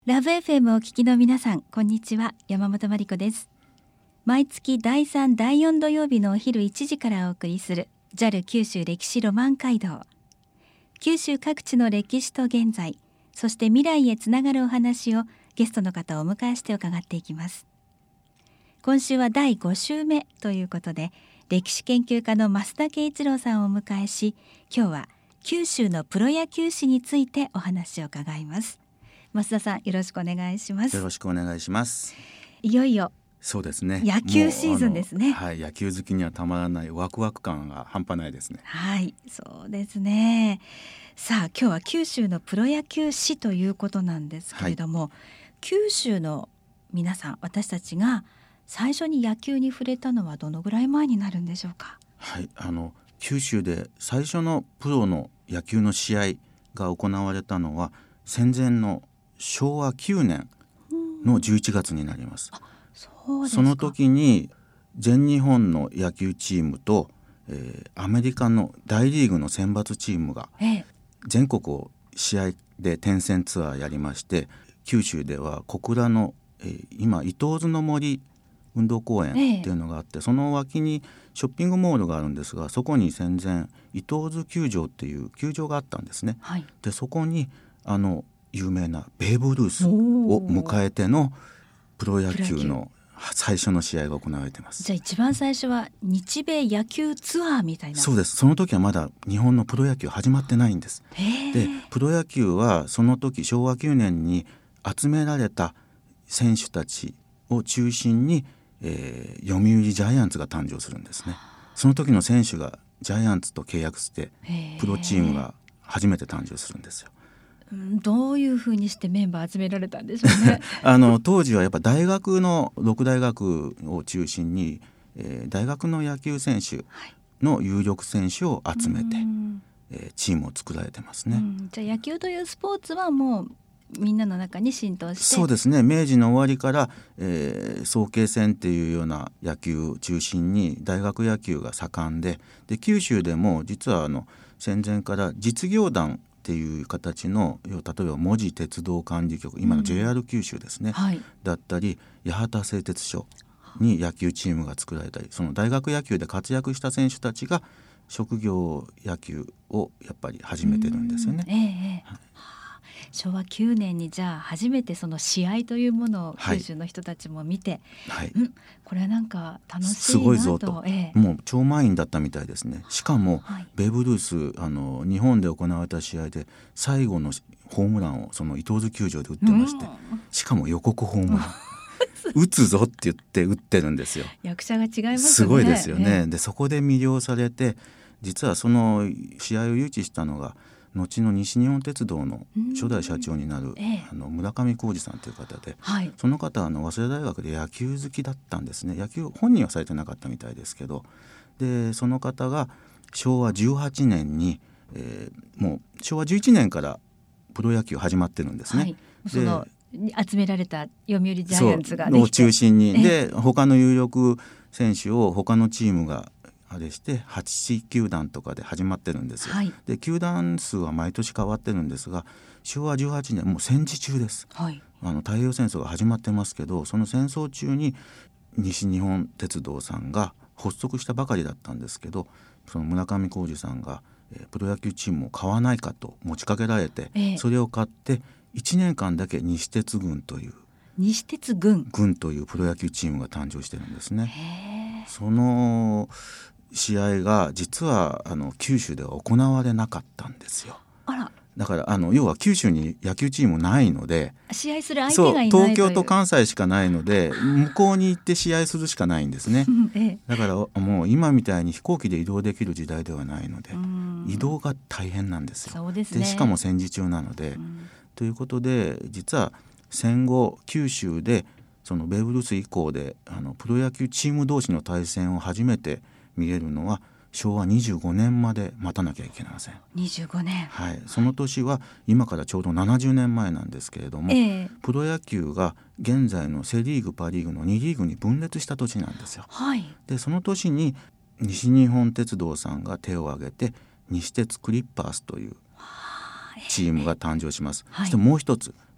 ラブ FM をお聞きの皆さん、こんにちは。山本真理子です。毎月第3、第4土曜日のお昼1時からお送りする JAL 九州歴史ロマン街道。九州各地の歴史と現在、そして未来へつながるお話をゲストの方をお迎えして伺っていきます。今週は第5週目ということで、歴史研究家の増田圭一郎さんをお迎えし、今日は九州のプロ野球史についてお話を伺います。増田さん、よろしくお願いします。 よろしくお願いします。 いよいよそうですね、 野球シーズンですね。 はい、野球好きにはたまらないワクワク感が半端ないですね。 はい、そうですね。さあ、今日は九州のプロ野球史ということなんですけれども、はい、九州の皆さん、私たちが最初に野球に触れたのはどのぐらい前になるんでしょうか。 はい、九州で最初のプロの野球の試合が行われたのは戦前の昭和9年の11月になります。 そうですか。 その時に全日本の野球チームと、アメリカの大リーグの選抜チームが全国を試合で転戦ツアーやりまして、九州では小倉の、今伊東津の森運動公園っていうのがあって、その脇にショッピングモールがあるんですが、そこに戦前伊東津球場っていう球場があったんですね。 はい、 でそこに有名なベーブ・ルースを迎えてのプロ野球の最初の試合が行われています。 じゃあ一番最初は日米野球ツアーみたいな。 そうです。その時はまだ日本のプロ野球始まってないんです。でプロ野球はその時昭和9年に集められた選手たちを中心に、読売ジャイアンツが誕生するんですね。その時の選手がジャイアンツと契約してプロチームが初めて誕生するんですよ。 どういうふうにしてメンバー集められたんでしょうね。 当時はやっぱ大学の6大学を中心に、大学の野球選手の有力選手を集めて、チームを作られてますね。 じゃあ野球というスポーツはもうみんなの中に浸透して。 そうですね。明治の終わりから、早慶戦っていうような野球を中心に大学野球が盛んで、九州でも実は戦前から実業団っていう形の、例えば門司鉄道管理局、今の JR 九州ですね、 はい、だったり八幡製鉄所に野球チームが作られたり、その大学野球で活躍した選手たちが職業野球をやっぱり始めてるんですよね。 はい、昭和9年にじゃあ初めてその試合というものを九州の人たちも見て、はい、これはなんか楽しいなと、 すごいぞと、もう超満員だったみたいですね。しかも、ベーブ・ルース日本で行われた試合で最後のホームランをその伊東津球場で打ってまして、しかも予告ホームラン打つぞって言って打ってるんですよ。 役者が違いますね。 すごいですよね。でそこで魅了されて、実はその試合を誘致したのが後の西日本鉄道の初代社長になる、村上浩二さんという方で、はい、その方は早稲田大学で野球好きだったんですね。野球本人はされてなかったみたいですけど、でその方が昭和18年に、もう昭和11年からプロ野球始まってるんですね。はい、 その集められた読売ジャイアンツができて、 を中心に、で他の有力選手を他のチームがあれして8球団とかで始まってるんですよ。はい、で球団数は毎年変わってるんですが、昭和18年もう戦時中です。はい、太平洋戦争が始まってますけど、その戦争中に西日本鉄道さんが発足したばかりだったんですけど、その村上浩二さんが、プロ野球チームを買わないかと持ちかけられて、それを買って1年間だけ西鉄軍という西鉄軍というプロ野球チームが誕生してるんですね。その試合が実は九州では行われなかったんですよ。 あら。 だから要は九州に野球チームないので、 試合する相手がいない東京と関西しかないので向こうに行って試合するしかないんですね。だからもう今みたいに飛行機で移動できる時代ではないので、移動が大変なんですよ。 そうですね。 でしかも戦時中なので、ということで実は戦後九州でそのベーブ・ルース以降でプロ野球チーム同士の対戦を初めて見れるのは昭和25年まで待たなきゃいけません。 25年、 はい、その年は今からちょうど70年前なんですけれども、プロ野球が現在のセリーグパリーグの2リーグに分裂した年なんですよ。 はい、 でその年に西日本鉄道さんが手を挙げて西鉄クリッパースというチームが誕生します。そしてもう一つ、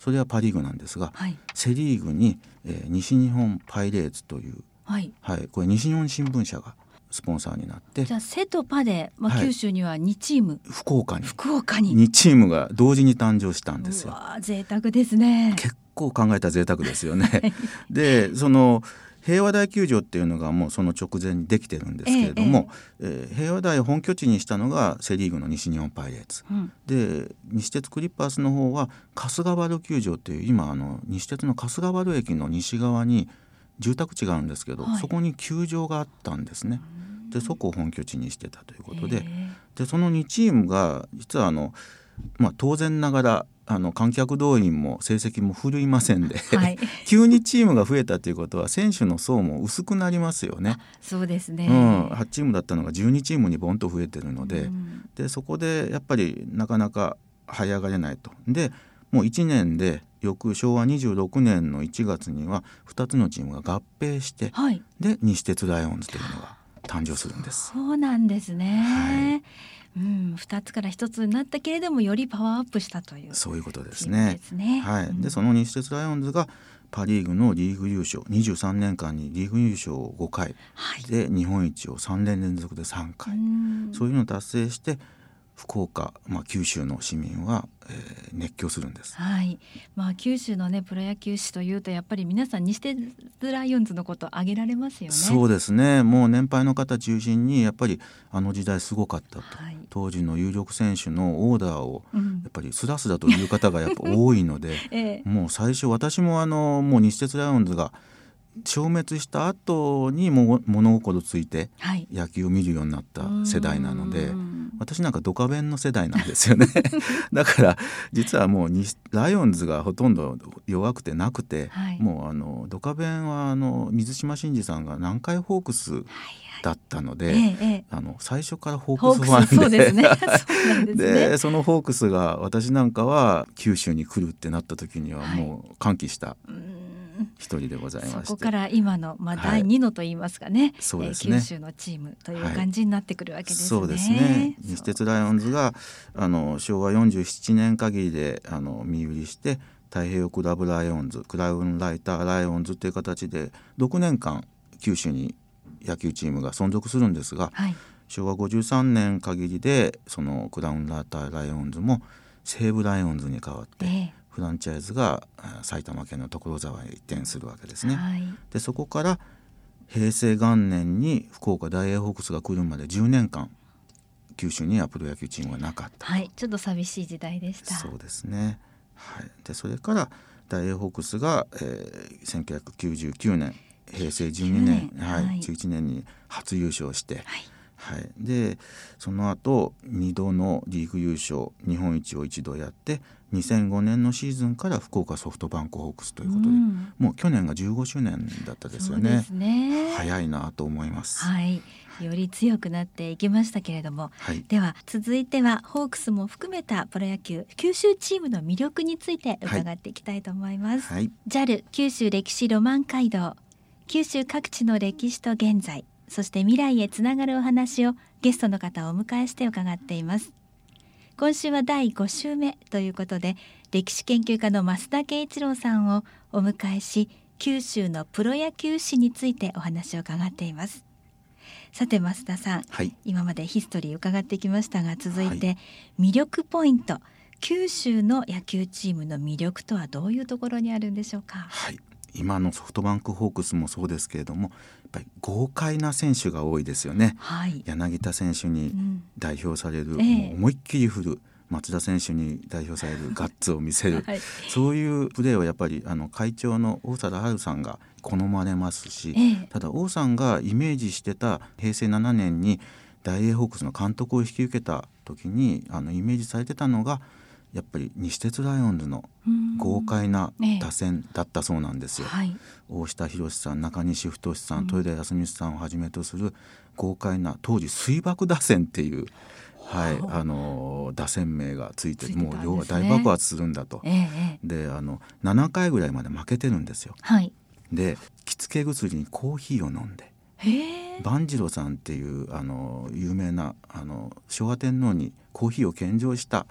それはパ・リーグなんですが、 はい、 セ・リーグに、西日本パイレーツという、 はいはい、これ西日本新聞社がスポンサーになって、 じゃあセとパで、九州には2チーム、 福岡に 2 チームが同時に誕生したんですよ。 うわ贅沢ですね。 結構考えた贅沢ですよね。でその平和台球場っていうのがもうその直前にできてるんですけれども、平和台を本拠地にしたのがセ・リーグの西日本パイレーツ、で西鉄クリッパーズの方は春日原球場っていう今西鉄の春日原駅の西側に住宅地があるんですけど、そこに球場があったんですね。でそこを本拠地にしてたということで、その2チームが実は当然ながら観客動員も成績も振るいませんで、はい、急にチームが増えたということは選手の層も薄くなりますよね。 そうですね、 8チームだったのが12チームにボンと増えてるので、でそこでやっぱりなかなか這い上がれないと。でもう1年で翌昭和26年の1月には2つのチームが合併して、はい、で西鉄ライオンズというのが誕生するんです。 そうなんですね、はい2つから1つになったけれどもよりパワーアップしたというそういうことですね。はい、でその西鉄ライオンズがパ・リーグのリーグ優勝23年間にリーグ優勝を5回、はい、で日本一を3年連続で3回そういうのを達成して福岡、九州の市民は、熱狂するんです。 はい、九州のねプロ野球史というとやっぱり皆さん西鉄ライオンズのことを挙げられますよね。 そうですね。もう年配の方中心にやっぱり時代すごかったと、はい、当時の有力選手のオーダーをやっぱりスラスラという方がやっぱ多いので、もう最初私ももう西鉄ライオンズが消滅した後に物心ついて野球を見るようになった世代なので、私なんかドカベンの世代なんですよね。だから実はもうライオンズがほとんど弱くてなくて、もうドカベンは水島新司さんが南海ホークスだったので、最初からホークスファンで、 そうですね。そうなんですね。 でそのホークスが私なんかは九州に来るってなった時にはもう歓喜した一人でございまして、 そこから今の、第2のといいますかね、 そうですね、 九州のチームという感じになってくるわけですね。 そうですね。西鉄ライオンズが昭和47年限りで身売りして太平洋クラブライオンズクラウンライターライオンズという形で6年間九州に野球チームが存続するんですが、昭和53年限りでそのクラウンライターライオンズも西武ライオンズに変わって、フランチャイズが埼玉県の所沢へ移転するわけですね。でそこから平成元年に福岡ダイエーホークスが来るまで10年間九州にはプロ野球チームがなかった、 ちょっと寂しい時代でした。 そうですね、でそれからダイエーホークスが、1999年平成12年、11年に初優勝して、でその後2度のリーグ優勝日本一を1度やって2005年のシーズンから福岡ソフトバンクホークスということで、もう去年が15周年だったですよね。 そうですね。 早いなと思います。 より強くなっていきましたけれども、では続いてはホークスも含めたプロ野球九州チームの魅力について伺っていきたいと思います。JAL 九州歴史ロマン街道、九州各地の歴史と現在そして未来へつながるお話をゲストの方をお迎えして伺っています。今週は第5週目ということで歴史研究家の増田圭一郎さんをお迎えし九州のプロ野球史についてお話を伺っています。さて増田さん、今までヒストリー伺ってきましたが続いて魅力ポイント、九州の野球チームの魅力とはどういうところにあるんでしょうか。 今のソフトバンクホークスもそうですけれどもやっぱり豪快な選手が多いですよね。柳田選手に代表される、もう思いっきり振る松田選手に代表されるガッツを見せる、そういうプレーをやっぱり会長の大貞治さんが好まれますし、ただ王さんがイメージしてた平成7年に大英ホークスの監督を引き受けた時にイメージされてたのがやっぱり西鉄ライオンズの豪快な打線だったそうなんですよ。大下博さん、中西太さん、豊田康光さんをはじめとする豪快な当時水爆打線っていう、打線名がついてもう要は大爆発するんだと、で7回ぐらいまで負けてるんですよ。で着付け薬にコーヒーを飲んで万次郎さんっていう有名な昭和天皇にコーヒーを献上した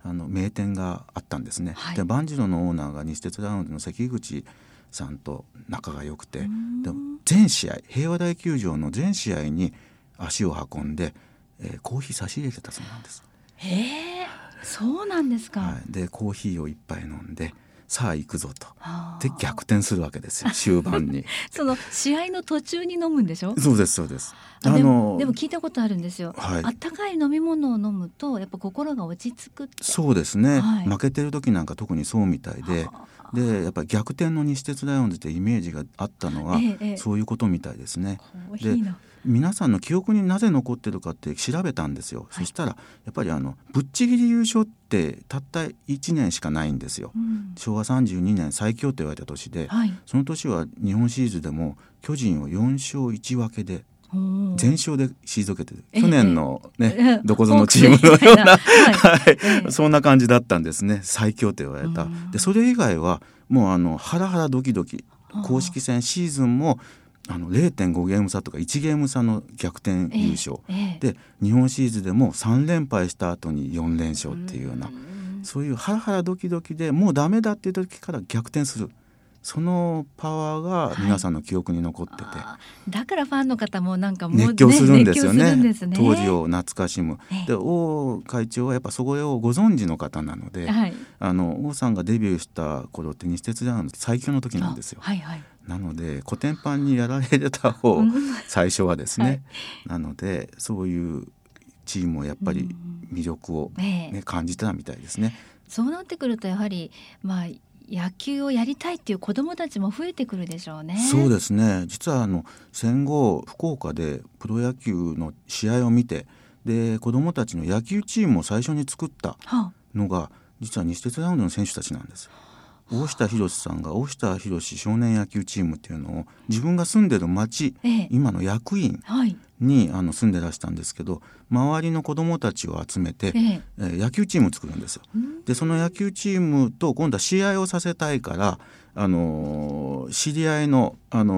名店があったんですね、で万次郎のオーナーが西鉄ラウンドの関口さんと仲が良くて、で全試合平和台球場の全試合に足を運んで、コーヒー差し入れてたそうなんです。 そうなんですか、 でコーヒーを一杯飲んでさあ行くぞとで逆転するわけですよ終盤にその試合の途中に飲むんでしょ。 そうですそうです。 でも聞いたことあるんですよ、 あったかい飲み物を飲むとやっぱ心が落ち着くって。 そうですね、負けてる時なんか特にそうみたいで、やっぱり逆転の西鉄ライオンズってイメージがあったのは、そういうことみたいですね。で皆さんの記憶になぜ残ってるかって調べたんですよ、そしたらやっぱりぶっちぎり優勝ってたった1年しかないんですよ、昭和32年最強と言われた年で、その年は日本シリーズでも巨人を4勝1分けで全勝で退けてる、去年のね、どこぞのチームのようなそんな感じだったんですね、最強と言われた。でそれ以外はもうハラハラドキドキ、公式戦シーズンも0.5 ゲーム差とか1ゲーム差の逆転優勝、で日本シリーズでも3連敗した後に4連勝っていうような、そういうハラハラドキドキでもうダメだっていう時から逆転する、そのパワーが皆さんの記憶に残ってて、 だからファンの方もなんかもう、 熱狂するんですよね、当時をを懐かしむ。で王会長はやっぱそこをご存知の方なので、王さんがデビューした頃って西鉄ラウンド最強の時なんですよ、なのでコテンパンにやられてた方最初はですね、なのでそういうチームをやっぱり魅力を、感じてたみたいですね。 そうなってくるとやはり野球をやりたいっていう子どもたちも増えてくるでしょうね。 そうですね、実は戦後福岡でプロ野球の試合を見て、で子どもたちの野球チームを最初に作ったのが、実は西鉄ラウンドの選手たちなんです。大下博さんが大下博少年野球チームっていうのを自分が住んでる町、今の役員に住んでらしたんですけど、周りの子どもたちを集めて、野球チームを作るんですよ。でその野球チームと今度は試合をさせたいから、知り合いの、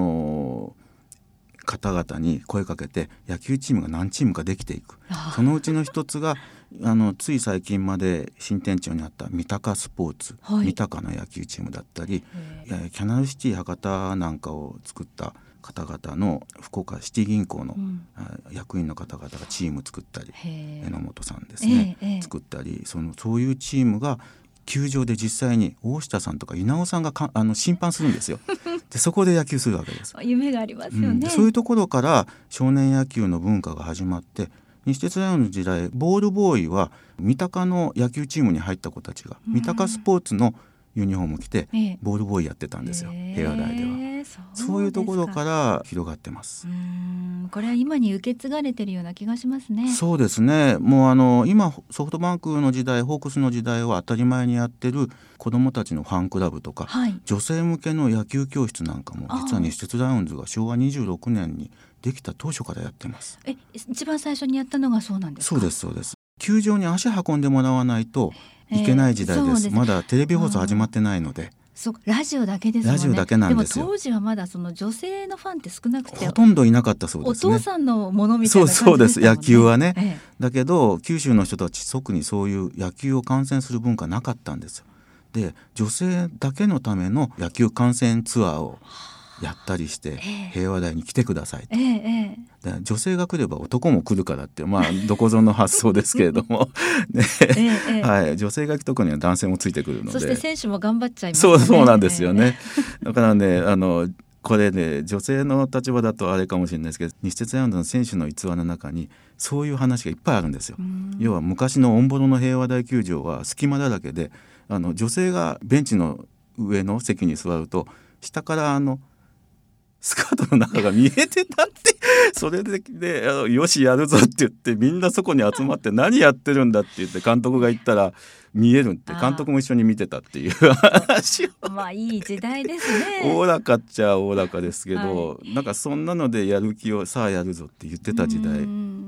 方々に声かけて野球チームが何チームかできていく。そのうちの一つがつい最近まで新店長にあった三鷹スポーツ、三鷹の野球チームだったり、キャナルシティ博多なんかを作った方々の福岡シティ銀行の、役員の方々がチーム作ったり、榎本さんですね、作ったり、そういうチームが球場で実際に大下さんとか稲尾さんが審判するんですよ。でそこで野球するわけです。 夢がありますよね、 そういうところから少年野球の文化が始まって、西鉄ライオンの時代ボールボーイは三鷹の野球チームに入った子たちが三鷹スポーツのユニフォーム着てボールボーイやってたんですよ、平和台では。そういうところから広がってます。 これは今に受け継がれてるような気がしますね。 そうですね、もう今ソフトバンクの時代、ホークスの時代は当たり前にやってる子どもたちのファンクラブとか、女性向けの野球教室なんかも実は西鉄ライオンズが昭和26年にできた当初からやってます。 一番最初にやったのがそうなんですか。 そうですそうです。球場に足運んでもらわないといけない時代です。まだテレビ放送始まってないので、 ラジオだけですもんね。 ラジオだけなんですよ。 でも当時はまだその女性のファンって少なくてほとんどいなかったそうですね。 お父さんのものみたいな感じでしたもんね。 そうです、野球はね、だけど九州の人たち特にそういう野球を観戦する文化なかったんですよ。で女性だけのための野球観戦ツアーをやったりして、平和台に来てくださいと、で女性が来れば男も来るからって、どこぞの発想ですけれども、女性が来たとこには男性もついてくるので、 そして選手も頑張っちゃいますね。 そうなんですよね、だからねこれね女性の立場だとあれかもしれないですけど、西鉄ラウンドの選手の逸話の中にそういう話がいっぱいあるんですよ。要は昔のオンボロの平和台球場は隙間だらけで、女性がベンチの上の席に座ると下からスカートの中が見えてたってそれで、よしやるぞって言ってみんなそこに集まって何やってるんだって言って監督が言ったら見えるって監督も一緒に見てたっていう話をいい時代ですね。 おおらかっちゃおおらかですけど、なんかそんなのでやる気をさあやるぞって言ってた時代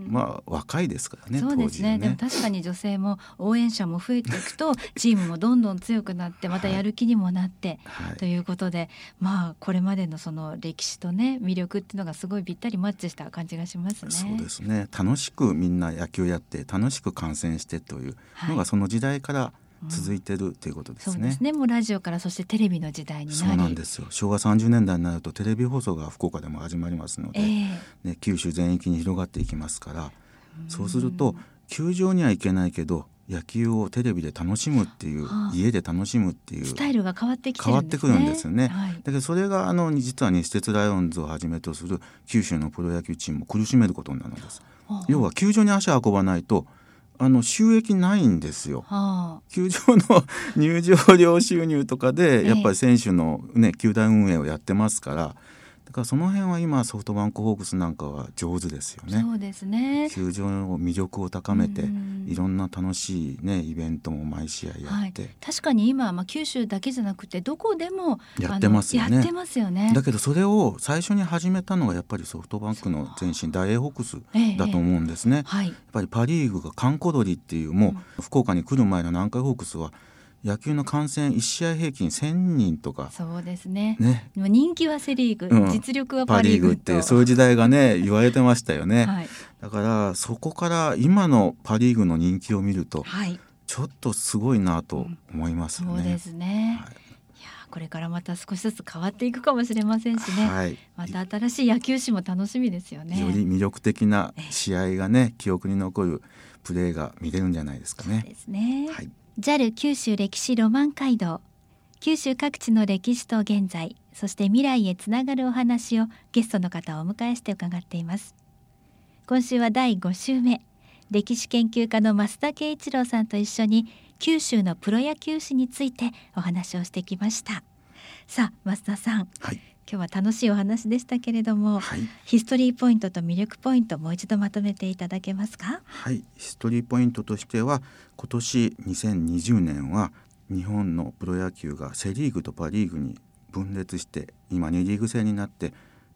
若いですからね。 そうですね。 当時でも確かに女性も応援者も増えていくとチームもどんどん強くなってまたやる気にもなって、ということで、これまでのその歴史とね魅力っていうのがすごいぴったりマッチした感じがしますね。 そうですね。楽しくみんな野球やって楽しく観戦してというのがその時代から続いてるということですね。 そうですね。もうラジオからそしてテレビの時代になり、 そうなんですよ。昭和30年代になるとテレビ放送が福岡でも始まりますので、九州全域に広がっていきますから、そうすると球場には行けないけど野球をテレビで楽しむっていう、家で楽しむっていうスタイルが変わってきて変わってくるんですよね。 だけどそれが実は西鉄ライオンズをはじめとする九州のプロ野球チームを苦しめることになるんです。要は球場に足を運ばないと収益ないんですよ。球場の入場料収入とかでやっぱり選手の、球団運営をやってますから、だからその辺は今ソフトバンクホークスなんかは上手ですよね。 そうですね。 球場の魅力を高めていろんな楽しい、イベントも毎試合やって、 確かに今、九州だけじゃなくてどこでもやってますよね。 やってますよね。 だけどそれを最初に始めたのがやっぱりソフトバンクの前身大英ホークスだと思うんですね。やっぱりパリーグが閑古鳥っていう、もう福岡に来る前の南海ホークスは野球の観戦1試合平均1000人とか。 そうですね。人気はセリーグ、実力はパリーグってそういう時代がね言われてましたよね。だからそこから今のパリーグの人気を見ると、ちょっとすごいなと思いますよね。 そうですね。いやこれからまた少しずつ変わっていくかもしれませんしね、また新しい野球史も楽しみですよね。 より魅力的な試合がね、記憶に残るプレーが見れるんじゃないですかね。 そうですね。JAL 九州歴史ロマン街道、九州各地の歴史と現在、そして未来へつながるお話をゲストの方をお迎えして伺っています。今週は第5週目、歴史研究家の増田圭一郎さんと一緒に九州のプロ野球史についてお話をしてきました。さあ増田さん、今日は楽しいお話でしたけれども、ヒストリーポイントと魅力ポイントもう一度まとめていただけますか。 ヒストリーポイントとしては、今年2020年は日本のプロ野球がセリーグとパリーグに分裂して今2リーグ制になって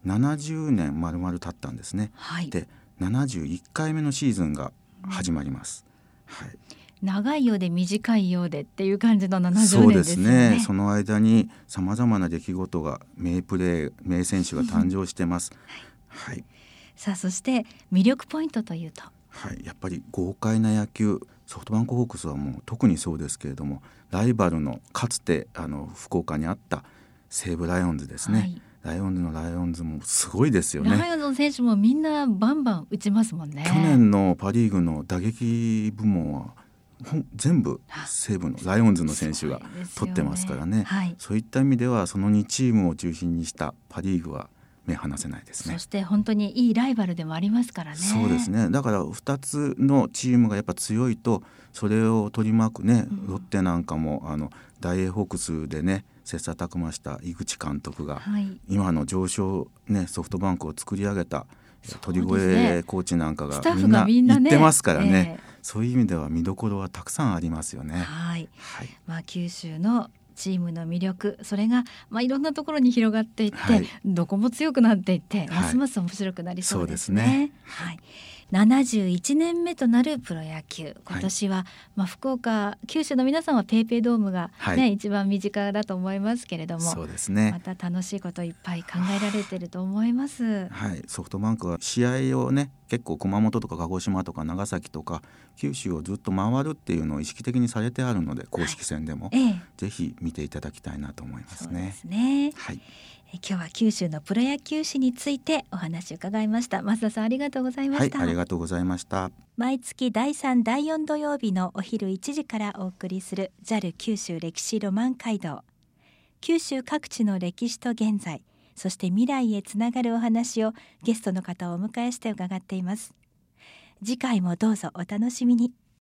70年丸々経ったんですね。で71回目のシーズンが始まります。 長いようで短いようでっていう感じの70年ですよね。 そうですね。その間にさまざまな出来事が、名プレー、名選手が誕生してます。 さあそして魅力ポイントというと、 やっぱり豪快な野球、ソフトバンクホークスはもう特にそうですけれども、ライバルのかつて福岡にあった西武ライオンズですね。ライオンズもすごいですよね。 ライオンズの選手もみんなバンバン打ちますもんね。 去年のパリーグの打撃部門は全部西武のライオンズの選手が取ってますからね。そういった意味ではその2チームを中心にしたパリーグは目離せないですね。 そして本当にいいライバルでもありますからね。 そうですね。だから2つのチームがやっぱ強いと、それを取り巻くね、ロッテなんかも大英ホークスでね切磋琢磨した井口監督が、今の上昇、ソフトバンクを作り上げた鳥越コーチなんかがみんな言ってますからね。そういう意味では見どころはたくさんありますよね。 九州のチームの魅力、それが、いろんなところに広がっていって、どこも強くなっていって、ますます面白くなりそうですね。71年目となるプロ野球、今年は、福岡、九州の皆さんはペイペイドームが、一番身近だと思いますけれども、 そうですね、 また楽しいこといっぱい考えられていると思います。 ソフトバンクは試合をね、結構熊本とか鹿児島とか長崎とか九州をずっと回るっていうのを意識的にされてあるので、公式戦でも、ぜひ見ていただきたいなと思いますね。 そうですね。今日は九州のプロ野球史についてお話を伺いました。増田さん、ありがとうございました。 ありがとうございました。 毎月第3第4土曜日のお昼1時からお送りする JAL 九州歴史ロマン街道、九州各地の歴史と現在、そして未来へつながるお話をゲストの方をお迎えして伺っています。次回もどうぞお楽しみに。